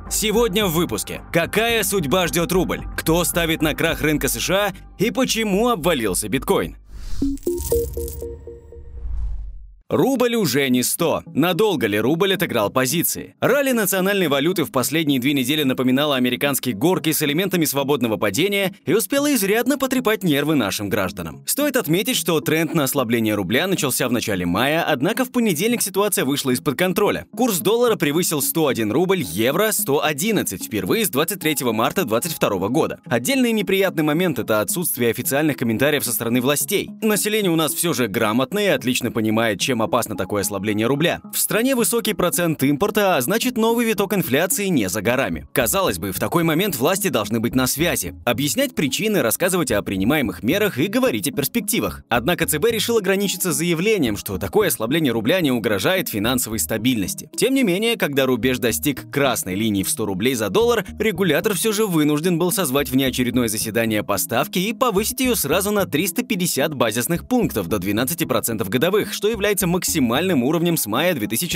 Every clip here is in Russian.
Сегодня в выпуске. Какая судьба ждет рубль? Кто ставит на крах рынка США? И почему обвалился биткоин? Рубль уже не 100. Надолго ли рубль отыграл позиции? Ралли национальной валюты в последние 2 недели напоминало американские горки с элементами свободного падения и успела изрядно потрепать нервы нашим гражданам. Стоит отметить, что тренд на ослабление рубля начался в начале мая, однако в понедельник ситуация вышла из-под контроля. Курс доллара превысил 101 рубль, евро – 111 впервые с 23 марта 2022 года. Отдельный неприятный момент – это отсутствие официальных комментариев со стороны властей. Население у нас все же грамотное и отлично понимает, чем опасно такое ослабление рубля. В стране высокий процент импорта, а значит, новый виток инфляции не за горами. Казалось бы, в такой момент власти должны быть на связи, объяснять причины, рассказывать о принимаемых мерах и говорить о перспективах. Однако ЦБ решил ограничиться заявлением, что такое ослабление рубля не угрожает финансовой стабильности. Тем не менее, когда рубеж достиг красной линии в 100 рублей за доллар, регулятор все же вынужден был созвать внеочередное заседание по ставке и повысить ее сразу на 350 базисных пунктов до 12% годовых, что является максимальным уровнем с мая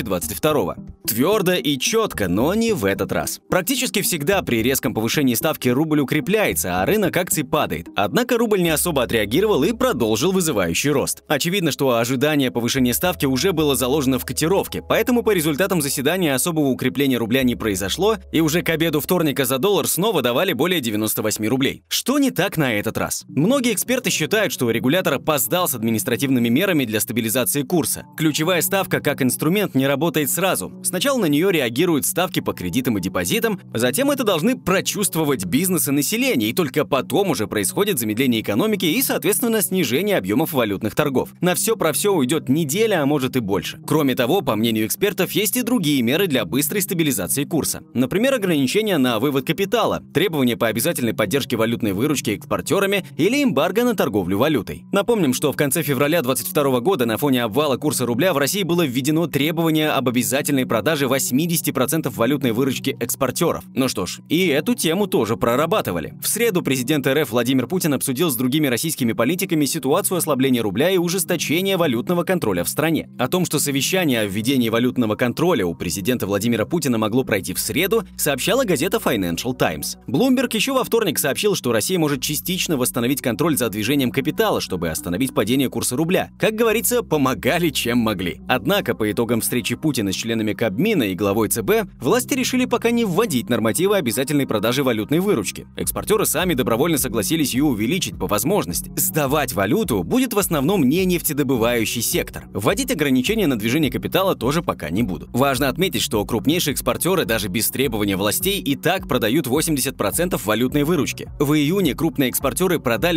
2022. Твердо и четко, но не в этот раз. Практически всегда при резком повышении ставки рубль укрепляется, а рынок акций падает. Однако рубль не особо отреагировал и продолжил вызывающий рост. Очевидно, что ожидание повышения ставки уже было заложено в котировке, поэтому по результатам заседания особого укрепления рубля не произошло, и уже к обеду вторника за доллар снова давали более 98 рублей. Что не так на этот раз? Многие эксперты считают, что регулятор опоздал с административными мерами для стабилизации курса. Ключевая ставка как инструмент не работает сразу. Сначала на нее реагируют ставки по кредитам и депозитам, затем это должны прочувствовать бизнес и население, и только потом уже происходит замедление экономики и, соответственно, снижение объемов валютных торгов. На все про все уйдет неделя, а может и больше. Кроме того, по мнению экспертов, есть и другие меры для быстрой стабилизации курса. Например, ограничения на вывод капитала, требования по обязательной поддержке валютной выручки экспортерами или эмбарго на торговлю валютой. Напомним, что в конце февраля 2022 года на фоне обвала курса рубля в России было введено требование об обязательной продаже 80% валютной выручки экспортеров. Ну что ж, и эту тему тоже прорабатывали. В среду президент РФ Владимир Путин обсудил с другими российскими политиками ситуацию ослабления рубля и ужесточения валютного контроля в стране. О том, что совещание о введении валютного контроля у президента Владимира Путина могло пройти в среду, сообщала газета Financial Times. Bloomberg еще во вторник сообщил, что Россия может частично восстановить контроль за движением капитала, чтобы остановить падение курса рубля. Как говорится, помогали чем могли. Однако, по итогам встречи Путина с членами Кабмина и главой ЦБ, власти решили пока не вводить нормативы обязательной продажи валютной выручки. Экспортеры сами добровольно согласились ее увеличить по возможности. Сдавать валюту будет в основном не нефтедобывающий сектор. Вводить ограничения на движение капитала тоже пока не будут. Важно отметить, что крупнейшие экспортеры даже без требования властей и так продают 80% валютной выручки. В июне крупные экспортеры продали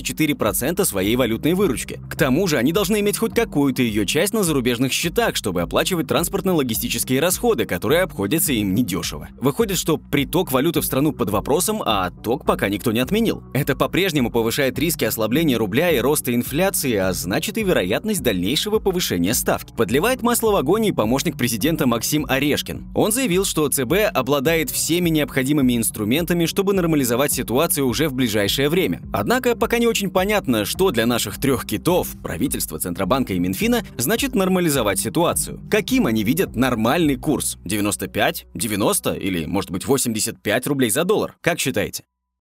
84% своей валютной выручки. К тому же они должны иметь хоть какую-то ее часть на зарубежных счетах, чтобы оплачивать транспортно-логистические расходы, которые обходятся им недешево. Выходит, что приток валюты в страну под вопросом, а отток пока никто не отменил. Это по-прежнему повышает риски ослабления рубля и роста инфляции, а значит и вероятность дальнейшего повышения ставки. Подливает масло в огонь и помощник президента Максим Орешкин. Он заявил, что ЦБ обладает всеми необходимыми инструментами, чтобы нормализовать ситуацию уже в ближайшее время. Однако пока не очень понятно, что для наших трех китов – правительства, Центробанка и Минфина – значит нормализовать ситуацию. Каким они видят нормальный курс? 95? 90? Или, может быть, 85 рублей за доллар? Как считаете?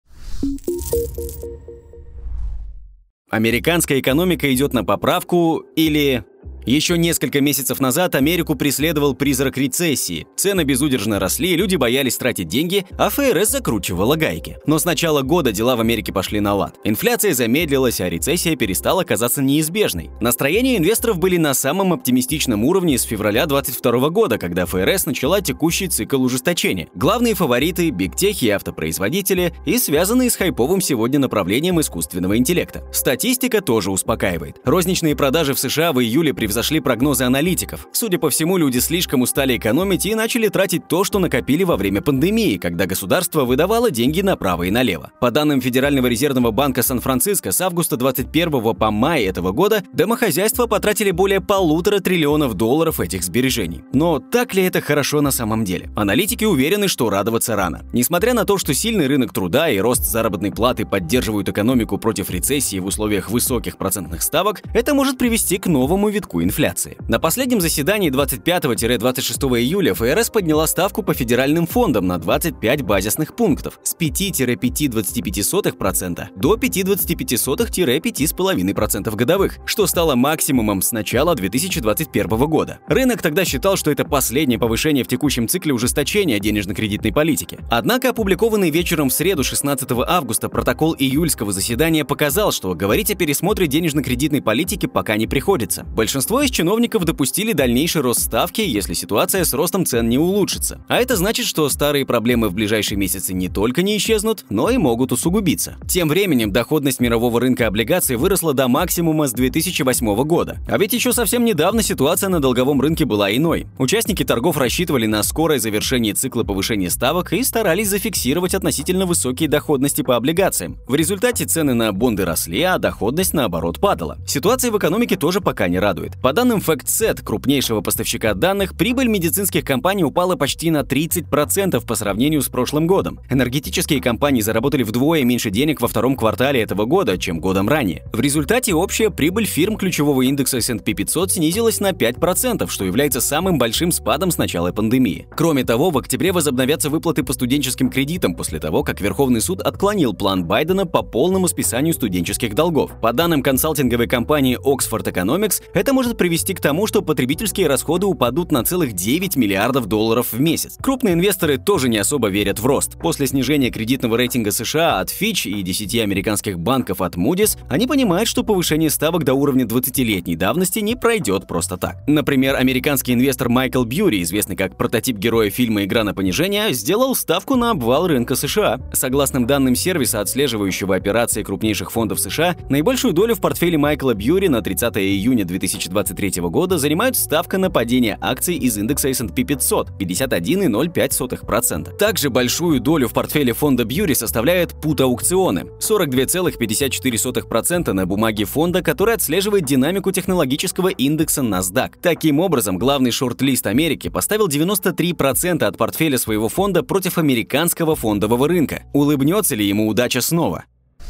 Американская экономика идет на поправку или... Еще несколько месяцев назад Америку преследовал призрак рецессии. Цены безудержно росли, люди боялись тратить деньги, а ФРС закручивала гайки. Но с начала года дела в Америке пошли на лад. Инфляция замедлилась, а рецессия перестала казаться неизбежной. Настроения инвесторов были на самом оптимистичном уровне с февраля 2022 года, когда ФРС начала текущий цикл ужесточения. Главные фавориты – бигтехи и автопроизводители, и связанные с хайповым сегодня направлением искусственного интеллекта. Статистика тоже успокаивает. Розничные продажи в США в июле превзошли прогнозы аналитиков. Судя по всему, люди слишком устали экономить и начали тратить то, что накопили во время пандемии, когда государство выдавало деньги направо и налево. По данным Федерального резервного банка Сан-Франциско, с августа 2021 по май этого года домохозяйства потратили более $1,5 триллиона этих сбережений. Но так ли это хорошо на самом деле? Аналитики уверены, что радоваться рано. Несмотря на то, что сильный рынок труда и рост заработной платы поддерживают экономику против рецессии в условиях высоких процентных ставок, это может привести к новому витку скачку инфляции. На последнем заседании 25-26 июля ФРС подняла ставку по федеральным фондам на 25 базисных пунктов с 5,525% до 5,25-5,5% годовых, что стало максимумом с начала 2021 года. Рынок тогда считал, что это последнее повышение в текущем цикле ужесточения денежно-кредитной политики. Однако опубликованный вечером в среду 16 августа протокол июльского заседания показал, что говорить о пересмотре денежно-кредитной политики пока не приходится. Большинство из чиновников допустили дальнейший рост ставки, если ситуация с ростом цен не улучшится. А это значит, что старые проблемы в ближайшие месяцы не только не исчезнут, но и могут усугубиться. Тем временем доходность мирового рынка облигаций выросла до максимума с 2008 года. А ведь еще совсем недавно ситуация на долговом рынке была иной. Участники торгов рассчитывали на скорое завершение цикла повышения ставок и старались зафиксировать относительно высокие доходности по облигациям. В результате цены на бонды росли, а доходность, наоборот, падала. Ситуация в экономике тоже пока не радует. По данным FactSet, крупнейшего поставщика данных, прибыль медицинских компаний упала почти на 30% по сравнению с прошлым годом. Энергетические компании заработали вдвое меньше денег во втором квартале этого года, чем годом ранее. В результате общая прибыль фирм ключевого индекса S&P 500 снизилась на 5%, что является самым большим спадом с начала пандемии. Кроме того, в октябре возобновятся выплаты по студенческим кредитам после того, как Верховный суд отклонил план Байдена по полному списанию студенческих долгов. По данным консалтинговой компании Oxford Economics, это может привести к тому, что потребительские расходы упадут на целых $9 миллиардов в месяц. Крупные инвесторы тоже не особо верят в рост. После снижения кредитного рейтинга США от Fitch и 10 американских банков от Moody's, они понимают, что повышение ставок до уровня 20-летней давности не пройдет просто так. Например, американский инвестор Майкл Бьюри, известный как прототип героя фильма «Игра на понижение», сделал ставку на обвал рынка США. Согласно данным сервиса, отслеживающего операции крупнейших фондов США, наибольшую долю в портфеле Майкла Бьюри на 30 июня 2023 года занимают ставка на падение акций из индекса S&P 500 – 51,05%. Также большую долю в портфеле фонда Бьюри составляют пут-аукционы – 42,54% на бумаге фонда, который отслеживает динамику технологического индекса NASDAQ. Таким образом, главный шорт-лист Америки поставил 93% от портфеля своего фонда против американского фондового рынка. Улыбнется ли ему удача снова?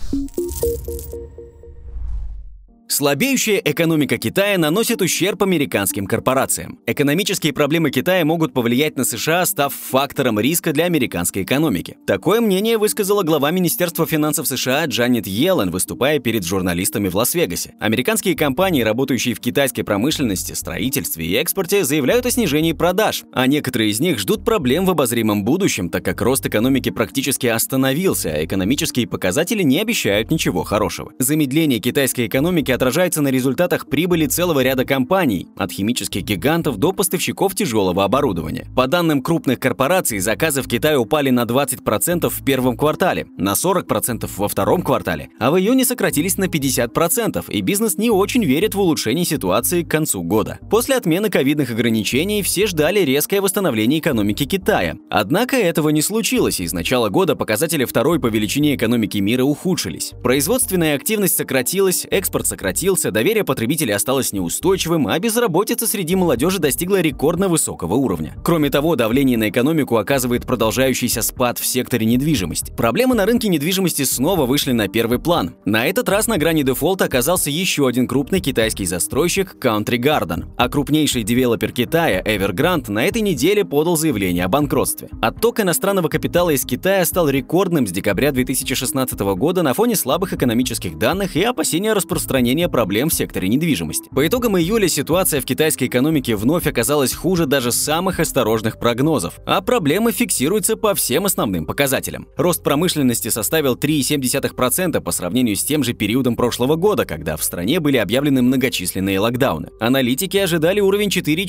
Слабеющая экономика Китая наносит ущерб американским корпорациям. Экономические проблемы Китая могут повлиять на США, став фактором риска для американской экономики. Такое мнение высказала глава Министерства финансов США Джанет Йеллен, выступая перед журналистами в Лас-Вегасе. Американские компании, работающие в китайской промышленности, строительстве и экспорте, заявляют о снижении продаж, а некоторые из них ждут проблем в обозримом будущем, так как рост экономики практически остановился, а экономические показатели не обещают ничего хорошего. Замедление китайской экономики отражается на результатах прибыли целого ряда компаний, от химических гигантов до поставщиков тяжелого оборудования. По данным крупных корпораций, заказы в Китае упали на 20% в первом квартале, на 40% во втором квартале, а в июне сократились на 50%, и бизнес не очень верит в улучшение ситуации к концу года. После отмены ковидных ограничений все ждали резкое восстановление экономики Китая. Однако этого не случилось, и с начала года показатели второй по величине экономики мира ухудшились. Производственная активность сократилась, экспорт сократился, доверие потребителей осталось неустойчивым, а безработица среди молодежи достигла рекордно высокого уровня. Кроме того, давление на экономику оказывает продолжающийся спад в секторе недвижимости. Проблемы на рынке недвижимости снова вышли на первый план. На этот раз на грани дефолта оказался еще один крупный китайский застройщик Country Garden, а крупнейший девелопер Китая Evergrande на этой неделе подал заявление о банкротстве. Отток иностранного капитала из Китая стал рекордным с декабря 2016 года на фоне слабых экономических данных и опасения распространения проблем в секторе недвижимости. По итогам июля ситуация в китайской экономике вновь оказалась хуже даже самых осторожных прогнозов, а проблемы фиксируются по всем основным показателям. Рост промышленности составил 3,7% по сравнению с тем же периодом прошлого года, когда в стране были объявлены многочисленные локдауны. Аналитики ожидали уровень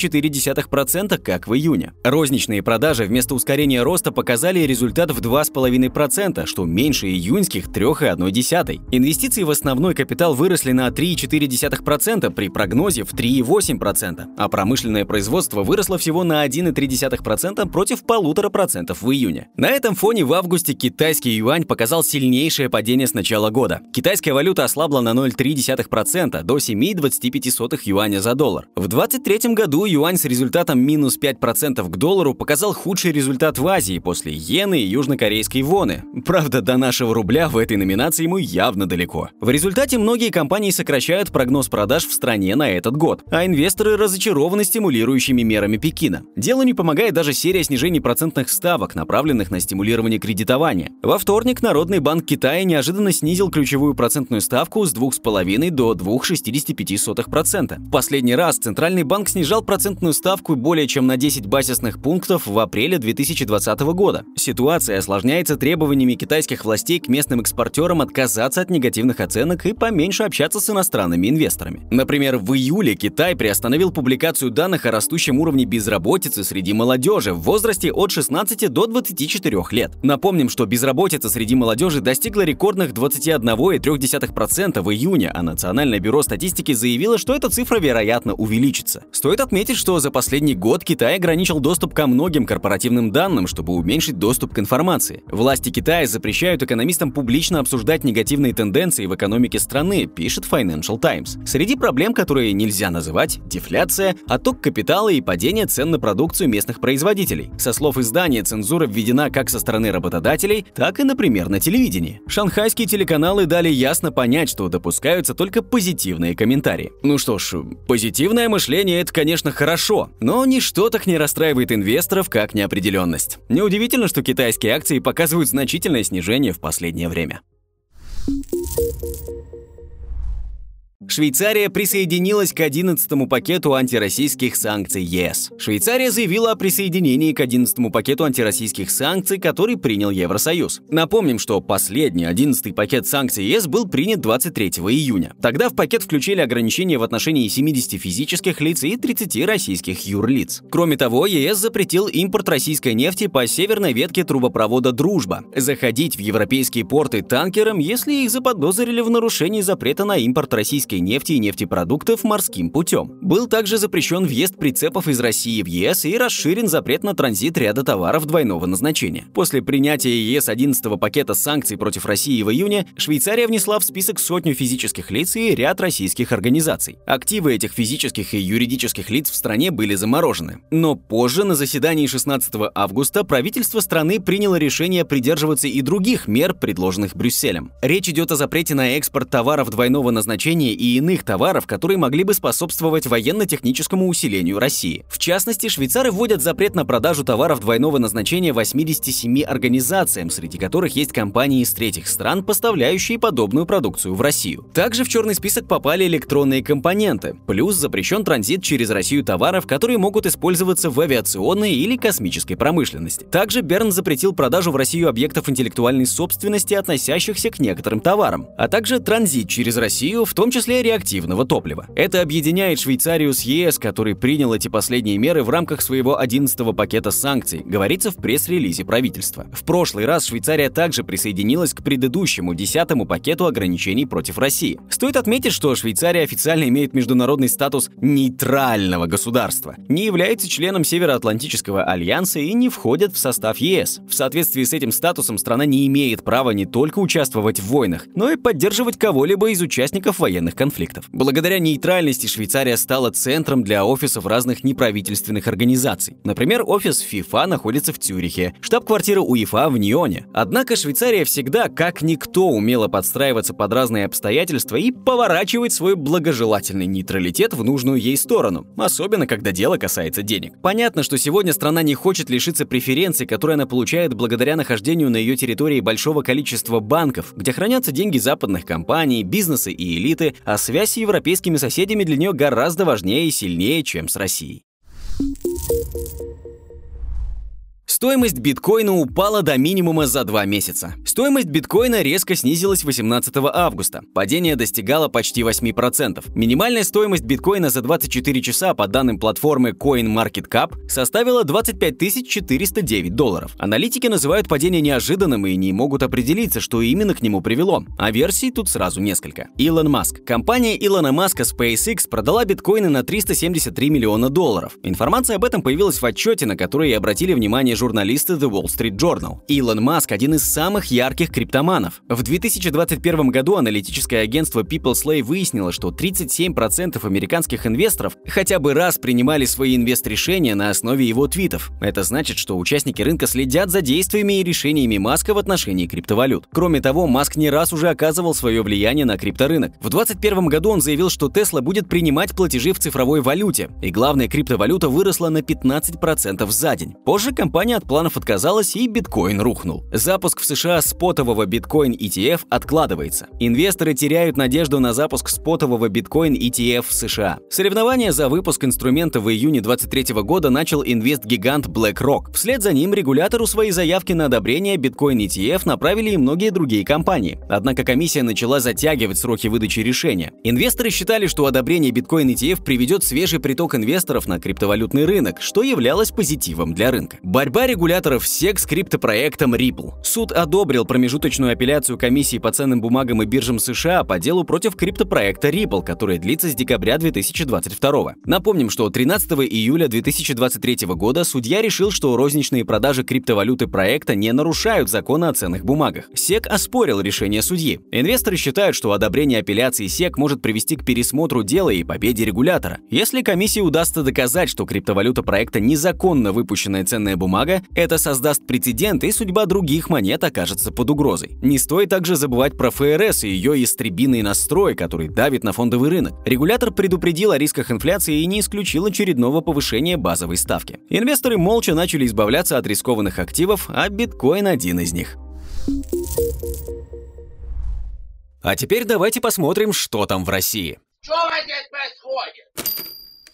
4,4%, как в июне. Розничные продажи вместо ускорения роста показали результат в 2,5%, что меньше июньских 3,1%. Инвестиции в основной капитал выросли на 3,4% при прогнозе в 3,8%, а промышленное производство выросло всего на 1,3% против 1,5% в июне. На этом фоне в августе китайский юань показал сильнейшее падение с начала года. Китайская валюта ослабла на 0,3% до 7,25 юаня за доллар. В 2023 году юань с результатом минус 5% к доллару показал худший результат в Азии после иены и южнокорейской воны. Правда, до нашего рубля в этой номинации ему явно далеко. В результате многие компании сокращают прогноз продаж в стране на этот год, а инвесторы разочарованы стимулирующими мерами Пекина. Делу не помогает даже серия снижений процентных ставок, направленных на стимулирование кредитования. Во вторник Народный банк Китая неожиданно снизил ключевую процентную ставку с 2,5 до 2,65%. В последний раз Центральный банк снижал процентную ставку более чем на 10 базисных пунктов в апреле 2020 года. Ситуация осложняется требованиями китайских властей к местным экспортерам отказаться от негативных оценок и поменьше общаться с иностранными инвесторами. Например, в июле Китай приостановил публикацию данных о растущем уровне безработицы среди молодежи в возрасте от 16 до 24 лет. Напомним, что безработица среди молодежи достигла рекордных 21,3% в июне, а Национальное бюро статистики заявило, что эта цифра, вероятно, увеличится. Стоит отметить, что за последний год Китай ограничил доступ ко многим корпоративным данным, чтобы уменьшить доступ к информации. Власти Китая запрещают экономистам публично обсуждать негативные тенденции в экономике страны, пишет Financial Times. Среди проблем, которые нельзя называть, дефляция, отток капитала и падение цен на продукцию местных производителей. Со слов издания, цензура введена как со стороны работодателей, так и, например, на телевидении. Шанхайские телеканалы дали ясно понять, что допускаются только позитивные комментарии. Ну что ж, позитивное мышление – это, конечно, хорошо, но ничто так не расстраивает инвесторов, как неопределенность. Неудивительно, что китайские акции показывают значительное снижение в последнее время. Швейцария присоединилась к 11-му пакету антироссийских санкций ЕС. Швейцария заявила о присоединении к 11-му пакету антироссийских санкций, который принял Евросоюз. Напомним, что последний 11-й пакет санкций ЕС был принят 23 июня. Тогда в пакет включили ограничения в отношении 70 физических лиц и 30 российских юрлиц. Кроме того, ЕС запретил импорт российской нефти по северной ветке трубопровода «Дружба», заходить в европейские порты танкерам, если их заподозрили в нарушении запрета на импорт российской нефти и нефтепродуктов морским путем. Был также запрещен въезд прицепов из России в ЕС и расширен запрет на транзит ряда товаров двойного назначения. После принятия ЕС 11-го пакета санкций против России в июне, Швейцария внесла в список сотню физических лиц и ряд российских организаций. Активы этих физических и юридических лиц в стране были заморожены. Но позже, на заседании 16 августа, правительство страны приняло решение придерживаться и других мер, предложенных Брюсселем. Речь идет о запрете на экспорт товаров двойного назначения и иных товаров, которые могли бы способствовать военно-техническому усилению России. В частности, швейцары вводят запрет на продажу товаров двойного назначения 87 организациям, среди которых есть компании из третьих стран, поставляющие подобную продукцию в Россию. Также в черный список попали электронные компоненты, плюс запрещен транзит через Россию товаров, которые могут использоваться в авиационной или космической промышленности. Также Берн запретил продажу в Россию объектов интеллектуальной собственности, относящихся к некоторым товарам, а также транзит через Россию, в том числе реактивного топлива. Это объединяет Швейцарию с ЕС, который принял эти последние меры в рамках своего 11-го пакета санкций, говорится в пресс-релизе правительства. В прошлый раз Швейцария также присоединилась к предыдущему 10-му пакету ограничений против России. Стоит отметить, что Швейцария официально имеет международный статус нейтрального государства, не является членом Североатлантического альянса и не входит в состав ЕС. В соответствии с этим статусом страна не имеет права не только участвовать в войнах, но и поддерживать кого-либо из участников военных конфликтов. Благодаря нейтральности Швейцария стала центром для офисов разных неправительственных организаций. Например, офис ФИФА находится в Цюрихе, штаб-квартира УЕФА в Ньоне. Однако Швейцария всегда, как никто, умела подстраиваться под разные обстоятельства и поворачивать свой благожелательный нейтралитет в нужную ей сторону, особенно когда дело касается денег. Понятно, что сегодня страна не хочет лишиться преференций, которые она получает благодаря нахождению на ее территории большого количества банков, где хранятся деньги западных компаний, бизнеса и элиты, а связь с европейскими соседями для нее гораздо важнее и сильнее, чем с Россией. Стоимость биткоина упала до минимума за 2 месяца. Стоимость биткоина резко снизилась 18 августа. Падение достигало почти 8%. Минимальная стоимость биткоина за 24 часа, по данным платформы CoinMarketCap, составила $25 409. Аналитики называют падение неожиданным и не могут определиться, что именно к нему привело. А версий тут сразу несколько. Илон Маск. Компания Илона Маска SpaceX продала биткоины на $373 миллиона. Информация об этом появилась в отчете, на который и обратили внимание журналисты журналисты The Wall Street Journal. Илон Маск – один из самых ярких криптоманов. В 2021 году аналитическое агентство People Slay выяснило, что 37% американских инвесторов хотя бы раз принимали свои инвест-решения на основе его твитов. Это значит, что участники рынка следят за действиями и решениями Маска в отношении криптовалют. Кроме того, Маск не раз уже оказывал свое влияние на крипторынок. В 2021 году он заявил, что Tesla будет принимать платежи в цифровой валюте, и главная криптовалюта выросла на 15% за день. Позже компания от планов отказалась, и биткоин рухнул. Запуск в США спотового биткоин ETF откладывается. Инвесторы теряют надежду на запуск спотового биткоин ETF в США. Соревнование за выпуск инструмента в июне 2023 года начал инвест-гигант BlackRock. Вслед за ним регулятору свои заявки на одобрение биткоин ETF направили и многие другие компании. Однако комиссия начала затягивать сроки выдачи решения. Инвесторы считали, что одобрение биткоин ETF приведет свежий приток инвесторов на криптовалютный рынок, что являлось позитивом для рынка. Борьба регуляторов SEC с криптопроектом Ripple. Суд одобрил промежуточную апелляцию комиссии по ценным бумагам и биржам США по делу против криптопроекта Ripple, которая длится с декабря 2022. Напомним, что 13 июля 2023 года судья решил, что розничные продажи криптовалюты проекта не нарушают закона о ценных бумагах. SEC оспорил решение судьи. Инвесторы считают, что одобрение апелляции SEC может привести к пересмотру дела и победе регулятора. Если комиссии удастся доказать, что криптовалюта проекта незаконно выпущенная ценная бумага, это создаст прецедент, и судьба других монет окажется под угрозой. Не стоит также забывать про ФРС и ее ястребиный настрой, который давит на фондовый рынок. Регулятор предупредил о рисках инфляции и не исключил очередного повышения базовой ставки. Инвесторы молча начали избавляться от рискованных активов, а биткоин один из них. А теперь давайте посмотрим, что там в России. Что здесь происходит?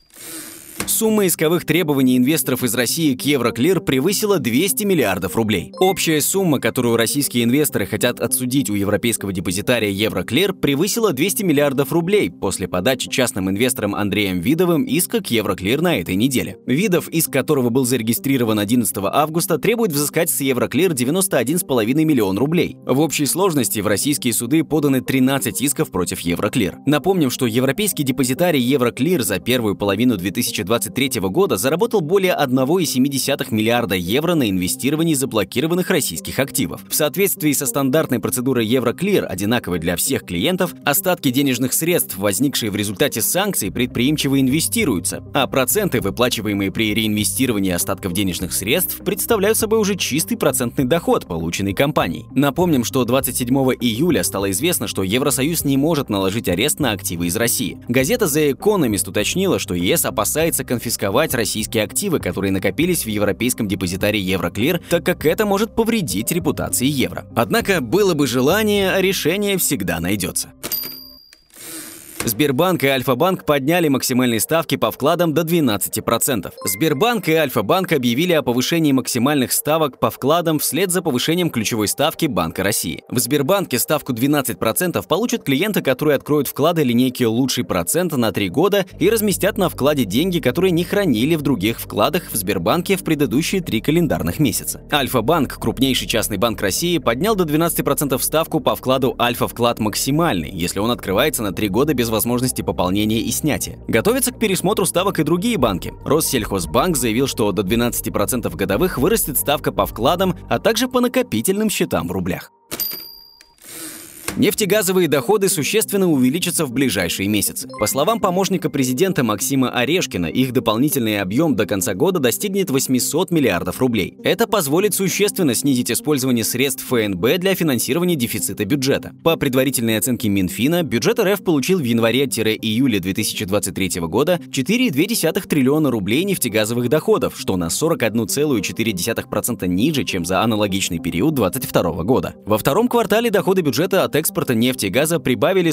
Сумма исковых требований инвесторов из России к Евроклир превысила 200 миллиардов рублей. Общая сумма, которую российские инвесторы хотят отсудить у европейского депозитария Евроклир, превысила 200 миллиардов рублей после подачи частным инвестором Андреем Видовым иска к Евроклир на этой неделе. Видов, иск которого был зарегистрирован 11 августа, требует взыскать с Евроклир 91,5 миллион рублей. В общей сложности в российские суды поданы 13 исков против Евроклир. Напомним, что европейский депозитарий Евроклир за первую половину 2023 года заработал более 1,7 миллиарда евро на инвестировании заблокированных российских активов. В соответствии со стандартной процедурой Евроклир, одинаковой для всех клиентов, остатки денежных средств, возникшие в результате санкций, предприимчиво инвестируются, а проценты, выплачиваемые при реинвестировании остатков денежных средств, представляют собой уже чистый процентный доход, полученный компанией. Напомним, что 27 июля стало известно, что Евросоюз не может наложить арест на активы из России. Газета The Economist уточнила, что ЕС опасается конфисковать российские активы, которые накопились в европейском депозитарии Евроклир, так как это может повредить репутации евро. Однако было бы желание, а решение всегда найдется. Сбербанк и Альфа-банк подняли максимальные ставки по вкладам до 12%. Сбербанк и Альфа-банк объявили о повышении максимальных ставок по вкладам вслед за повышением ключевой ставки Банка России. В Сбербанке ставку 12% получат клиенты, которые откроют вклады линейки «Лучший процент» на 3 года и разместят на вкладе деньги, которые не хранили в других вкладах в Сбербанке в предыдущие 3 календарных месяца. Альфа-банк, крупнейший частный банк России, поднял до 12% ставку по вкладу «Альфа-вклад максимальный», если он открывается на 3 года без возможности пополнения и снятия. Готовятся к пересмотру ставок и другие банки. Россельхозбанк заявил, что до 12% годовых вырастет ставка по вкладам, а также по накопительным счетам в рублях. Нефтегазовые доходы существенно увеличатся в ближайшие месяцы. По словам помощника президента Максима Орешкина, их дополнительный объем до конца года достигнет 800 миллиардов рублей. Это позволит существенно снизить использование средств ФНБ для финансирования дефицита бюджета. По предварительной оценке Минфина, бюджет РФ получил в январе-июле 2023 года 4,2 триллиона рублей нефтегазовых доходов, что на 41,4% ниже, чем за аналогичный период 2022 года. Во втором квартале доходы бюджета от экспорта нефти и газа прибавили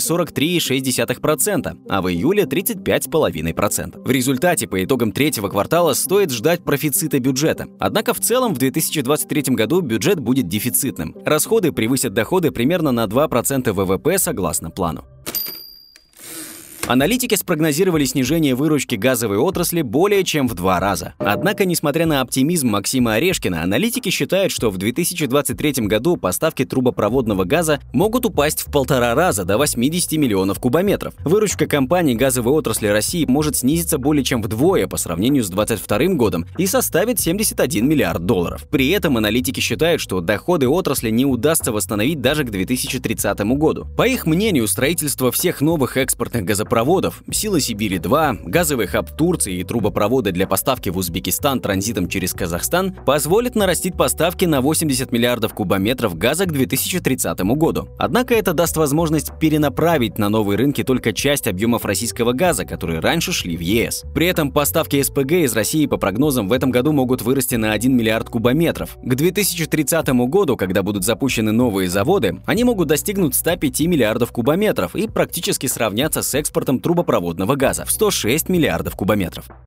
43,6%, а в июле 35,5%. В результате по итогам третьего квартала стоит ждать профицита бюджета. Однако в целом в 2023 году бюджет будет дефицитным. Расходы превысят доходы примерно на 2% ВВП согласно плану. Аналитики спрогнозировали снижение выручки газовой отрасли более чем в 2 раза. Однако, несмотря на оптимизм Максима Орешкина, аналитики считают, что в 2023 году поставки трубопроводного газа могут упасть в 1,5 раза до 80 миллионов кубометров. Выручка компаний газовой отрасли России может снизиться более чем вдвое по сравнению с 2022 годом и составит 71 миллиард долларов. При этом аналитики считают, что доходы отрасли не удастся восстановить даже к 2030 году. По их мнению, строительство всех новых экспортных газопроводов «Сила Сибири-2», газовый хаб в Турции и трубопроводы для поставки в Узбекистан транзитом через Казахстан позволит нарастить поставки на 80 миллиардов кубометров газа к 2030 году. Однако это даст возможность перенаправить на новые рынки только часть объемов российского газа, которые раньше шли в ЕС. При этом поставки СПГ из России по прогнозам в этом году могут вырасти на 1 миллиард кубометров. К 2030 году, когда будут запущены новые заводы, они могут достигнуть 105 миллиардов кубометров и практически сравняться с экспортом трубопроводного газа в 106 миллиардов кубометров.